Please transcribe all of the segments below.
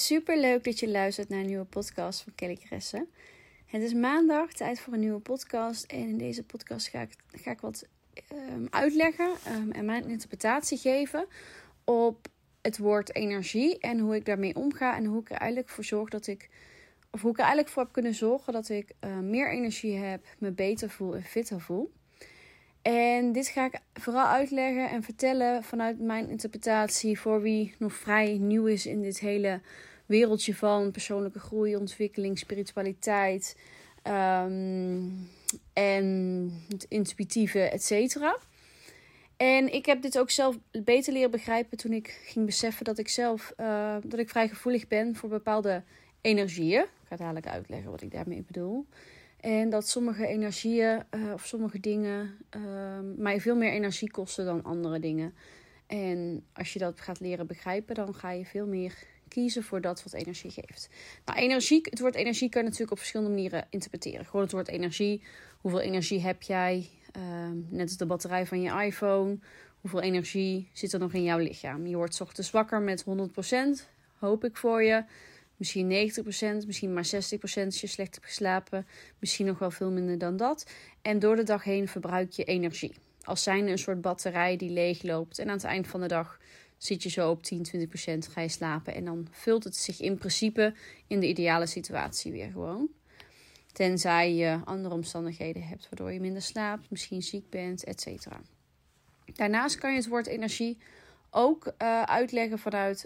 super leuk dat je luistert naar een nieuwe podcast van Kelly Kresse. Het is maandag, tijd voor een nieuwe podcast. En in deze podcast ga ik wat uitleggen en mijn interpretatie geven op het woord energie. En hoe ik daarmee omga en hoe ik er eigenlijk voor zorg hoe ik er eigenlijk voor heb kunnen zorgen dat ik meer energie heb, me beter voel en fitter voel. En dit ga ik vooral uitleggen en vertellen vanuit mijn interpretatie voor wie nog vrij nieuw is in dit hele wereldje van persoonlijke groei, ontwikkeling, spiritualiteit en het intuïtieve, et cetera. En ik heb dit ook zelf beter leren begrijpen toen ik ging beseffen dat ik vrij gevoelig ben voor bepaalde energieën. Ik ga dadelijk uitleggen wat ik daarmee bedoel. En dat sommige energieën of sommige dingen mij veel meer energie kosten dan andere dingen. En als je dat gaat leren begrijpen, dan ga je veel meer kiezen voor dat wat energie geeft. Nou, het woord energie kan je natuurlijk op verschillende manieren interpreteren. Gewoon het woord energie. Hoeveel energie heb jij? Net als de batterij van je iPhone. Hoeveel energie zit er nog in jouw lichaam? Je wordt 's ochtends wakker met 100%, hoop ik voor je. Misschien 90%, misschien maar 60% als je slecht hebt geslapen. Misschien nog wel veel minder dan dat. En door de dag heen verbruik je energie. Als zijnde een soort batterij die leegloopt. En aan het eind van de dag zit je zo op 10-20%, ga je slapen. En dan vult het zich in principe in de ideale situatie weer gewoon. Tenzij je andere omstandigheden hebt waardoor je minder slaapt, misschien ziek bent, et cetera. Daarnaast kan je het woord energie ook uitleggen vanuit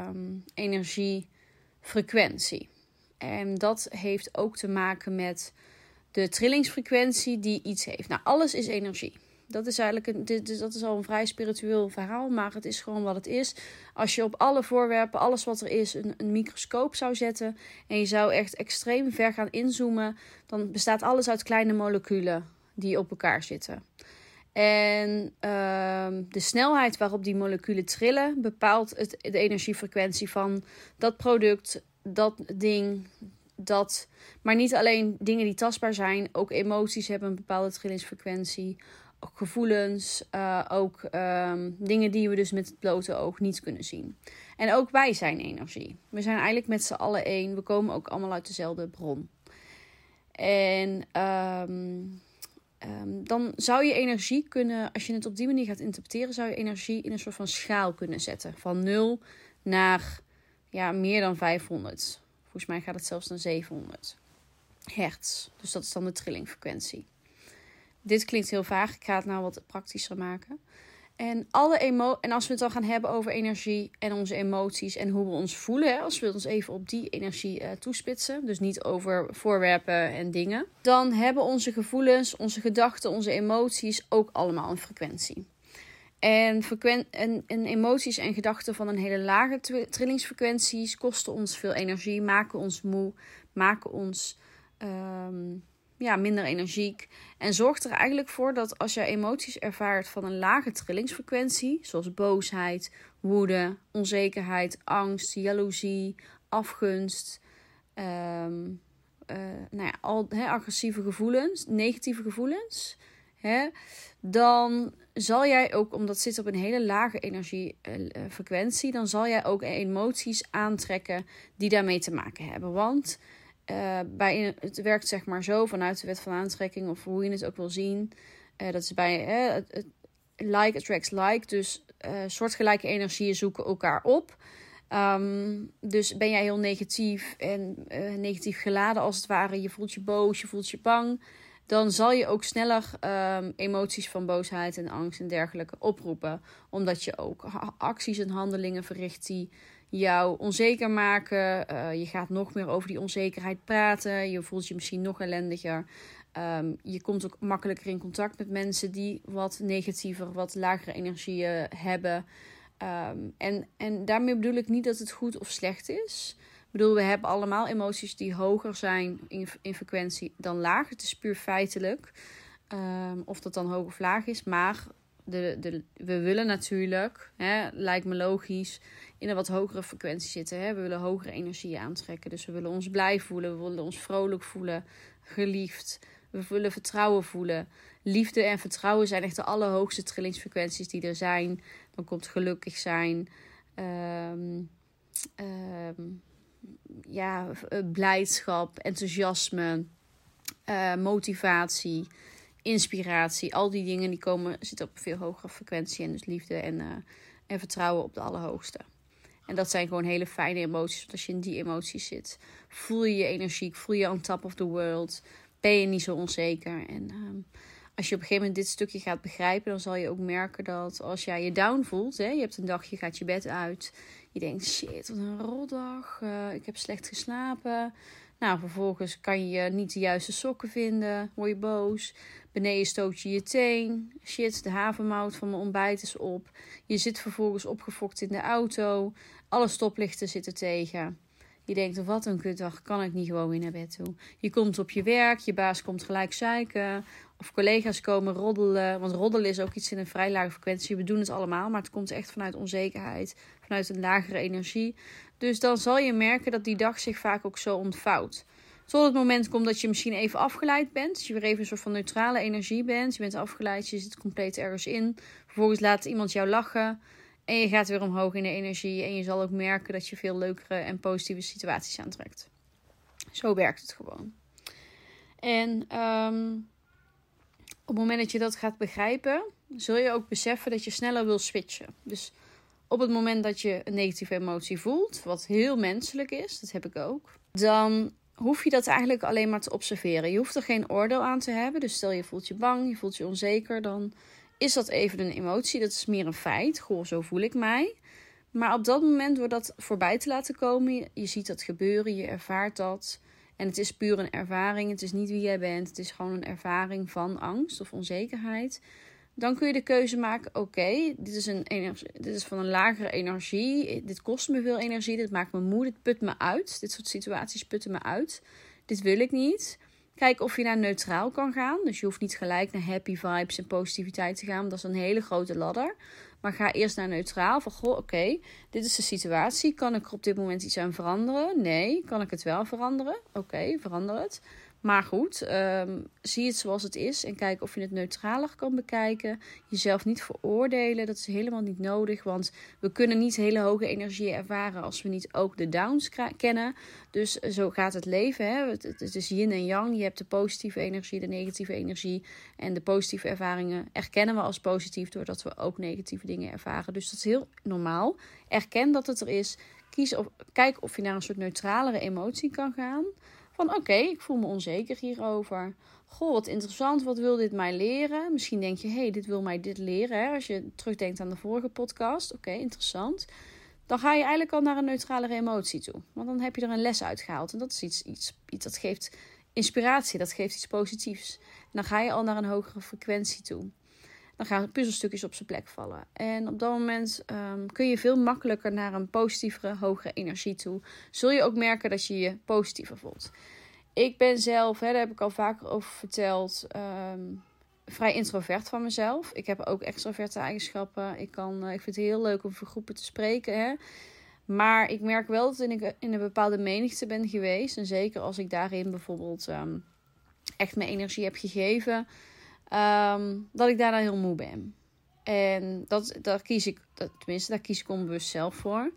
energiefrequentie. En dat heeft ook te maken met de trillingsfrequentie die iets heeft. Nou, alles is energie. Dat is eigenlijk dat is al een vrij spiritueel verhaal, maar het is gewoon wat het is. Als je op alle voorwerpen, alles wat er is, een microscoop zou zetten en je zou echt extreem ver gaan inzoomen, dan bestaat alles uit kleine moleculen die op elkaar zitten. En de snelheid waarop die moleculen trillen bepaalt de energiefrequentie van dat product, dat ding, dat. Maar niet alleen dingen die tastbaar zijn, ook emoties hebben een bepaalde trillingsfrequentie. Ook gevoelens, ook dingen die we dus met het blote oog niet kunnen zien. En ook wij zijn energie. We zijn eigenlijk met z'n allen één. We komen ook allemaal uit dezelfde bron. En dan zou je energie kunnen, als je het op die manier gaat interpreteren, zou je energie in een soort van schaal kunnen zetten. Van 0 naar meer dan 500. Volgens mij gaat het zelfs naar 700 hertz. Dus dat is dan de trillingfrequentie. Dit klinkt heel vaag. Ik ga het nou wat praktischer maken. En als we het dan gaan hebben over energie en onze emoties en hoe we ons voelen, als we ons even op die energie toespitsen, dus niet over voorwerpen en dingen, dan hebben onze gevoelens, onze gedachten, onze emoties ook allemaal een frequentie. En emoties en gedachten van een hele lage trillingsfrequenties kosten ons veel energie, maken ons moe, maken ons minder energiek. En zorgt er eigenlijk voor dat als jij emoties ervaart van een lage trillingsfrequentie, zoals boosheid, woede, onzekerheid, angst, jaloezie, afgunst, agressieve gevoelens, negatieve gevoelens, dan zal jij ook, omdat het zit op een hele lage energiefrequentie, dan zal jij ook emoties aantrekken die daarmee te maken hebben. Want het werkt zeg maar zo vanuit de wet van aantrekking, of hoe je het ook wil zien. Dat is bij like attracts like. Dus soortgelijke energieën zoeken elkaar op. Dus ben jij heel negatief en negatief geladen als het ware. Je voelt je boos, je voelt je bang. Dan zal je ook sneller emoties van boosheid en angst en dergelijke oproepen. Omdat je ook acties en handelingen verricht die jou onzeker maken. Je gaat nog meer over die onzekerheid praten. Je voelt je misschien nog ellendiger. Je komt ook makkelijker in contact met mensen die wat negatiever, wat lagere energieën hebben. En daarmee bedoel ik niet dat het goed of slecht is. Ik bedoel, we hebben allemaal emoties die hoger zijn in frequentie dan laag. Het is puur feitelijk of dat dan hoog of laag is. Maar we willen natuurlijk, lijkt me logisch, in een wat hogere frequentie zitten. We willen hogere energie aantrekken. Dus we willen ons blij voelen, we willen ons vrolijk voelen, geliefd. We willen vertrouwen voelen. Liefde en vertrouwen zijn echt de allerhoogste trillingsfrequenties die er zijn. Dan komt gelukkig zijn. blijdschap, enthousiasme, motivatie, inspiratie. Al die dingen die zitten op een veel hogere frequentie. En dus liefde en vertrouwen op de allerhoogste. En dat zijn gewoon hele fijne emoties. Want als je in die emoties zit, voel je je energiek, voel je on top of the world. Ben je niet zo onzeker. En als je op een gegeven moment dit stukje gaat begrijpen, dan zal je ook merken dat als jij je down voelt, je hebt een dag, je gaat je bed uit. Je denkt, shit, wat een rotdag. Ik heb slecht geslapen. Nou, vervolgens kan je niet de juiste sokken vinden. Word je boos. Beneden stoot je je teen. Shit, de havermout van mijn ontbijt is op. Je zit vervolgens opgefokt in de auto. Alle stoplichten zitten tegen. Je denkt, wat een kutdag, kan ik niet gewoon weer naar bed toe. Je komt op je werk, je baas komt gelijk zeiken. Of collega's komen roddelen. Want roddelen is ook iets in een vrij lage frequentie. We doen het allemaal, maar het komt echt vanuit onzekerheid. Vanuit een lagere energie. Dus dan zal je merken dat die dag zich vaak ook zo ontvouwt. Tot het moment komt dat je misschien even afgeleid bent. Dat je weer even een soort van neutrale energie bent. Je bent afgeleid, je zit compleet ergens in. Vervolgens laat iemand jou lachen. En je gaat weer omhoog in de energie. En je zal ook merken dat je veel leukere en positieve situaties aantrekt. Zo werkt het gewoon. En op het moment dat je dat gaat begrijpen, zul je ook beseffen dat je sneller wil switchen. Dus op het moment dat je een negatieve emotie voelt, wat heel menselijk is, dat heb ik ook, dan hoef je dat eigenlijk alleen maar te observeren. Je hoeft er geen oordeel aan te hebben. Dus stel je voelt je bang, je voelt je onzeker, dan is dat even een emotie. Dat is meer een feit. Goh, zo voel ik mij. Maar op dat moment, door dat voorbij te laten komen, je ziet dat gebeuren, je ervaart dat. En het is puur een ervaring. Het is niet wie jij bent. Het is gewoon een ervaring van angst of onzekerheid. Dan kun je de keuze maken, oké, dit is van een lagere energie. Dit kost me veel energie. Dit maakt me moe. Dit put me uit. Dit soort situaties putten me uit. Dit wil ik niet. Kijk of je naar neutraal kan gaan. Dus je hoeft niet gelijk naar happy vibes en positiviteit te gaan. Want dat is een hele grote ladder. Maar ga eerst naar neutraal. Van oké, dit is de situatie. Kan ik er op dit moment iets aan veranderen? Nee. Kan ik het wel veranderen? Oké, verander het. Maar goed, zie het zoals het is. En kijk of je het neutraler kan bekijken. Jezelf niet veroordelen. Dat is helemaal niet nodig. Want we kunnen niet hele hoge energie ervaren als we niet ook de downs kennen. Dus zo gaat het leven. Hè? Het is yin en yang. Je hebt de positieve energie, de negatieve energie. En de positieve ervaringen erkennen we als positief, doordat we ook negatieve dingen ervaren. Dus dat is heel normaal. Erken dat het er is. Kijk of je naar een soort neutralere emotie kan gaan. Van oké, ik voel me onzeker hierover. Goh, wat interessant, wat wil dit mij leren? Misschien denk je, dit wil mij dit leren. Hè? Als je terugdenkt aan de vorige podcast. Oké, interessant. Dan ga je eigenlijk al naar een neutralere emotie toe. Want dan heb je er een les uitgehaald. En dat is iets dat geeft inspiratie, dat geeft iets positiefs. En dan ga je al naar een hogere frequentie toe. Dan gaan puzzelstukjes op zijn plek vallen. En op dat moment kun je veel makkelijker naar een positievere, hogere energie toe. Zul je ook merken dat je je positiever voelt. Ik ben zelf, daar heb ik al vaker over verteld, vrij introvert van mezelf. Ik heb ook extroverte eigenschappen. Ik vind het heel leuk om voor groepen te spreken. Hè? Maar ik merk wel dat ik in een bepaalde menigte ben geweest. En zeker als ik daarin bijvoorbeeld echt mijn energie heb gegeven, dat ik daarna heel moe ben. En daar kies ik onbewust zelf voor.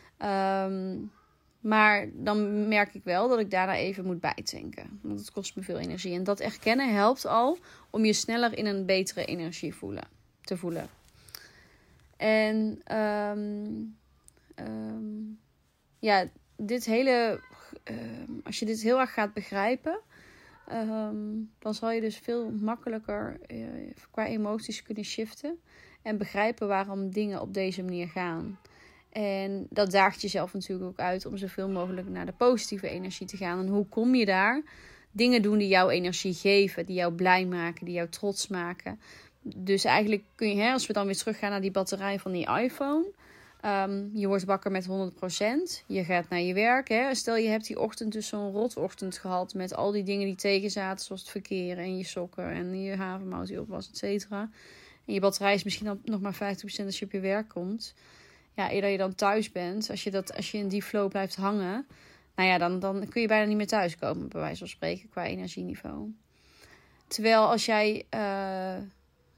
Maar dan merk ik wel dat ik daarna even moet bijtanken. Want het kost me veel energie. En dat erkennen helpt al om je sneller in een betere energie te voelen. En als je dit heel erg gaat begrijpen, dan zal je dus veel makkelijker qua emoties kunnen shiften. En begrijpen waarom dingen op deze manier gaan. En dat daagt jezelf natuurlijk ook uit om zoveel mogelijk naar de positieve energie te gaan. En hoe kom je daar? Dingen doen die jouw energie geven, die jou blij maken, die jou trots maken. Dus eigenlijk kun je, als we dan weer teruggaan naar die batterij van die iPhone. Je wordt wakker met 100%. Je gaat naar je werk. Hè? Stel je hebt die ochtend dus zo'n rotochtend gehad met al die dingen die tegen zaten. Zoals het verkeer en je sokken en je havermout die op was, et cetera. En je batterij is misschien nog maar 50% als je op je werk komt. Ja, eerder je dan thuis bent, als je in die flow blijft hangen, nou ja, dan kun je bijna niet meer thuiskomen, bij wijze van spreken, qua energieniveau. Terwijl als jij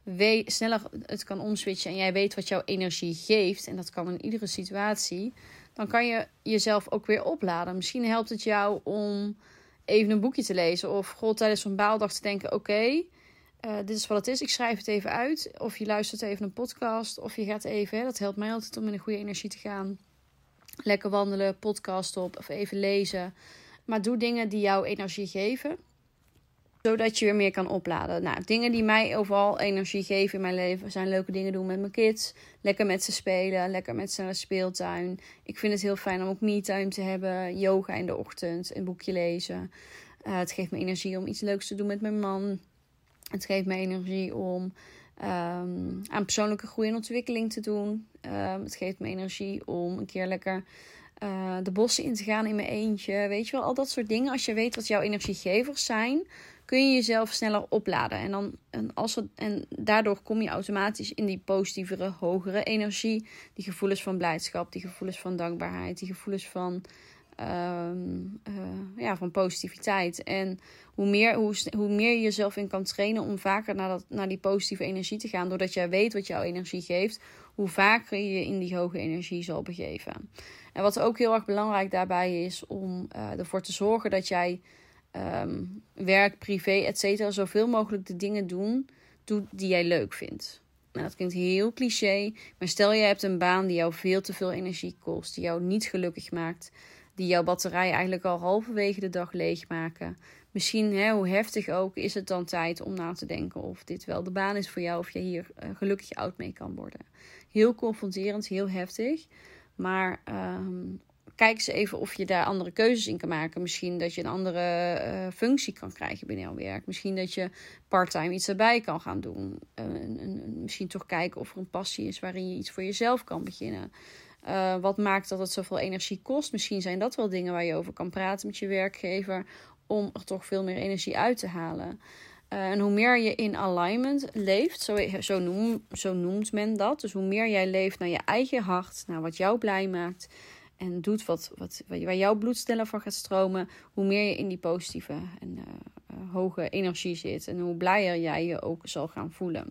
sneller het kan omswitchen en jij weet wat jouw energie geeft, en dat kan in iedere situatie, dan kan je jezelf ook weer opladen. Misschien helpt het jou om even een boekje te lezen. Of tijdens zo'n baaldag te denken, oké, dit is wat het is. Ik schrijf het even uit. Of je luistert even een podcast. Of je gaat even, dat helpt mij altijd om in een goede energie te gaan. Lekker wandelen, podcast op of even lezen. Maar doe dingen die jou energie geven. Zodat je weer meer kan opladen. Nou, dingen die mij overal energie geven in mijn leven zijn leuke dingen doen met mijn kids. Lekker met ze spelen. Lekker met ze naar de speeltuin. Ik vind het heel fijn om ook me-time te hebben. Yoga in de ochtend. Een boekje lezen. Het geeft me energie om iets leuks te doen met mijn man. Het geeft me energie om aan persoonlijke groei en ontwikkeling te doen. Het geeft me energie om een keer lekker de bossen in te gaan in mijn eentje. Weet je wel, al dat soort dingen. Als je weet wat jouw energiegevers zijn, kun je jezelf sneller opladen. En daardoor kom je automatisch in die positievere, hogere energie. Die gevoelens van blijdschap, die gevoelens van dankbaarheid, die gevoelens van van positiviteit. En hoe meer je jezelf in kan trainen om vaker naar die positieve energie te gaan, doordat jij weet wat jouw energie geeft, hoe vaker je je in die hoge energie zal begeven. En wat ook heel erg belangrijk daarbij is om ervoor te zorgen dat jij werk, privé, et cetera, zoveel mogelijk de dingen doet die jij leuk vindt. Nou, dat klinkt heel cliché, maar stel je hebt een baan die jou veel te veel energie kost, die jou niet gelukkig maakt, die jouw batterij eigenlijk al halverwege de dag leegmaken. Misschien, hoe heftig ook, is het dan tijd om na te denken of dit wel de baan is voor jou, of je hier gelukkig oud mee kan worden. Heel confronterend, heel heftig, maar kijk eens even of je daar andere keuzes in kan maken. Misschien dat je een andere functie kan krijgen binnen jouw werk. Misschien dat je parttime iets erbij kan gaan doen. Misschien toch kijken of er een passie is waarin je iets voor jezelf kan beginnen. Wat maakt dat het zoveel energie kost? Misschien zijn dat wel dingen waar je over kan praten met je werkgever, om er toch veel meer energie uit te halen. En hoe meer je in alignment leeft, zo noemt men dat. Dus hoe meer jij leeft naar je eigen hart, naar wat jou blij maakt, en doet waar jouw bloed sneller van gaat stromen, hoe meer je in die positieve en hoge energie zit. En hoe blijer jij je ook zal gaan voelen.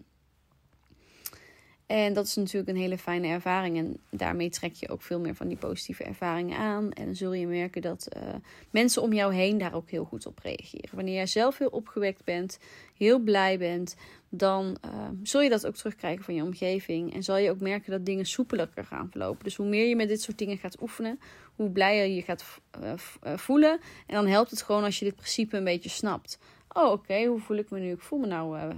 En dat is natuurlijk een hele fijne ervaring. En daarmee trek je ook veel meer van die positieve ervaringen aan. En dan zul je merken dat mensen om jou heen daar ook heel goed op reageren. Wanneer jij zelf heel opgewekt bent, heel blij bent, dan zul je dat ook terugkrijgen van je omgeving. En zal je ook merken dat dingen soepelijker gaan verlopen. Dus hoe meer je met dit soort dingen gaat oefenen, hoe blijer je gaat voelen. En dan helpt het gewoon als je dit principe een beetje snapt. Oh, oké, hoe voel ik me nu? Ik voel me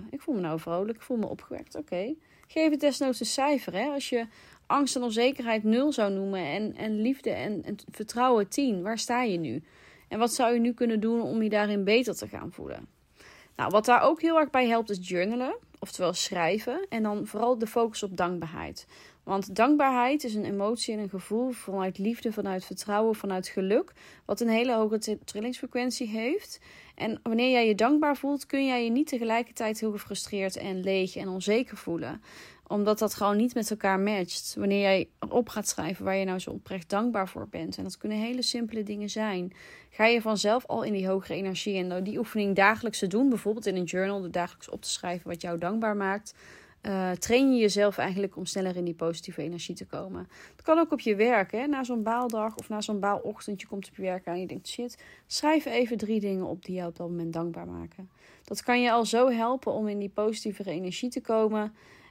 nou vrolijk, ik voel me opgewekt. Oké. Geef het desnoods een cijfer. Hè? Als je angst en onzekerheid 0 zou noemen en liefde en vertrouwen 10, waar sta je nu? En wat zou je nu kunnen doen om je daarin beter te gaan voelen? Nou, wat daar ook heel erg bij helpt is journalen, oftewel schrijven. En dan vooral de focus op dankbaarheid. Want dankbaarheid is een emotie en een gevoel vanuit liefde, vanuit vertrouwen, vanuit geluk, wat een hele hoge trillingsfrequentie heeft. En wanneer jij je dankbaar voelt, kun jij je niet tegelijkertijd heel gefrustreerd en leeg en onzeker voelen. Omdat dat gewoon niet met elkaar matcht. Wanneer jij op gaat schrijven waar je nou zo oprecht dankbaar voor bent. En dat kunnen hele simpele dingen zijn. Ga je vanzelf al in die hogere energie. En door die oefening dagelijks te doen, bijvoorbeeld in een journal, er dagelijks op te schrijven wat jou dankbaar maakt, train je jezelf eigenlijk om sneller in die positieve energie te komen. Dat kan ook op je werk. Hè? Na zo'n baaldag of na zo'n baalochtend, je komt op je werk aan en je denkt, shit, schrijf even 3 dingen op die jou op dat moment dankbaar maken. Dat kan je al zo helpen om in die positievere energie te komen.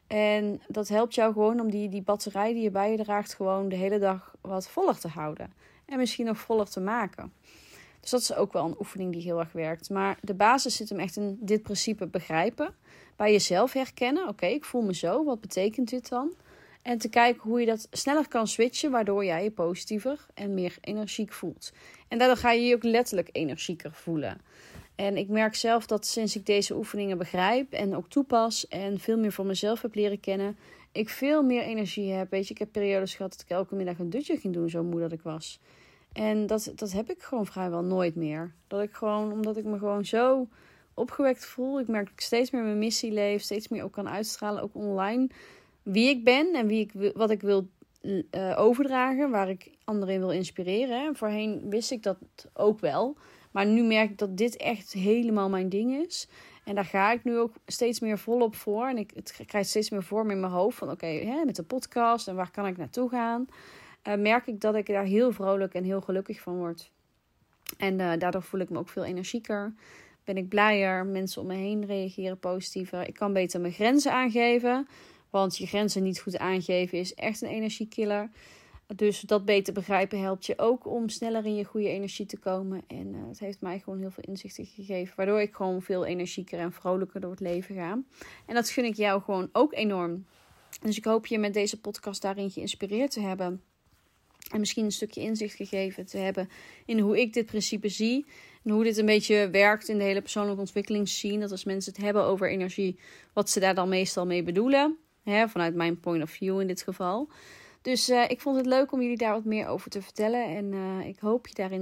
En dat helpt jou gewoon om die batterij die je bij je draagt gewoon de hele dag wat voller te houden. En misschien nog voller te maken. Dus dat is ook wel een oefening die heel erg werkt. Maar de basis zit hem echt in dit principe begrijpen. Bij jezelf herkennen. Oké, ik voel me zo. Wat betekent dit dan? En te kijken hoe je dat sneller kan switchen. Waardoor jij je positiever en meer energiek voelt. En daardoor ga je je ook letterlijk energieker voelen. En ik merk zelf dat sinds ik deze oefeningen begrijp en ook toepas en veel meer van mezelf heb leren kennen, ik veel meer energie heb. Weet je, ik heb periodes gehad dat ik elke middag een dutje ging doen, zo moe dat ik was. En dat heb ik gewoon vrijwel nooit meer. Omdat ik me gewoon zo opgewekt voel. Ik merk dat ik steeds meer mijn missie leef, steeds meer ook kan uitstralen, ook online. Wie ik ben en wat ik wil overdragen, waar ik anderen in wil inspireren. Hè. Voorheen wist ik dat ook wel. Maar nu merk ik dat dit echt helemaal mijn ding is. En daar ga ik nu ook steeds meer volop voor. En het krijgt steeds meer vorm in mijn hoofd. Van oké, met de podcast en waar kan ik naartoe gaan? merk ik dat ik daar heel vrolijk en heel gelukkig van word. En daardoor voel ik me ook veel energieker. Ben ik blijer. Mensen om me heen reageren positiever. Ik kan beter mijn grenzen aangeven. Want je grenzen niet goed aangeven is echt een energiekiller. Dus dat beter begrijpen helpt je ook om sneller in je goede energie te komen. En het heeft mij gewoon heel veel inzichten gegeven. Waardoor ik gewoon veel energieker en vrolijker door het leven ga. En dat gun ik jou gewoon ook enorm. Dus ik hoop je met deze podcast daarin geïnspireerd te hebben. En misschien een stukje inzicht gegeven te hebben in hoe ik dit principe zie. En hoe dit een beetje werkt in de hele persoonlijke ontwikkelingsscene. Dat als mensen het hebben over energie, wat ze daar dan meestal mee bedoelen. Vanuit mijn point of view in dit geval. Dus ik vond het leuk om jullie daar wat meer over te vertellen. En ik hoop je daarin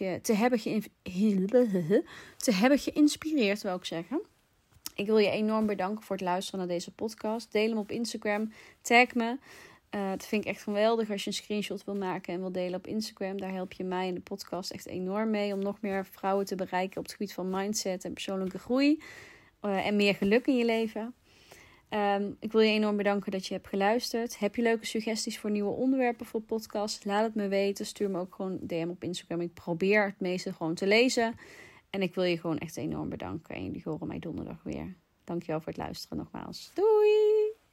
te hebben geïnspireerd, wil ik zeggen. Ik wil je enorm bedanken voor het luisteren naar deze podcast. Deel hem op Instagram. Tag me. Dat vind ik echt geweldig als je een screenshot wil maken en wil delen op Instagram. Daar help je mij en de podcast echt enorm mee om nog meer vrouwen te bereiken op het gebied van mindset en persoonlijke groei. En meer geluk in je leven. Ik wil je enorm bedanken dat je hebt geluisterd. Heb je leuke suggesties voor nieuwe onderwerpen voor podcast? Laat het me weten. Stuur me ook gewoon DM op Instagram. Ik probeer het meeste gewoon te lezen. En ik wil je gewoon echt enorm bedanken. En jullie horen mij donderdag weer. Dankjewel voor het luisteren nogmaals. Doei!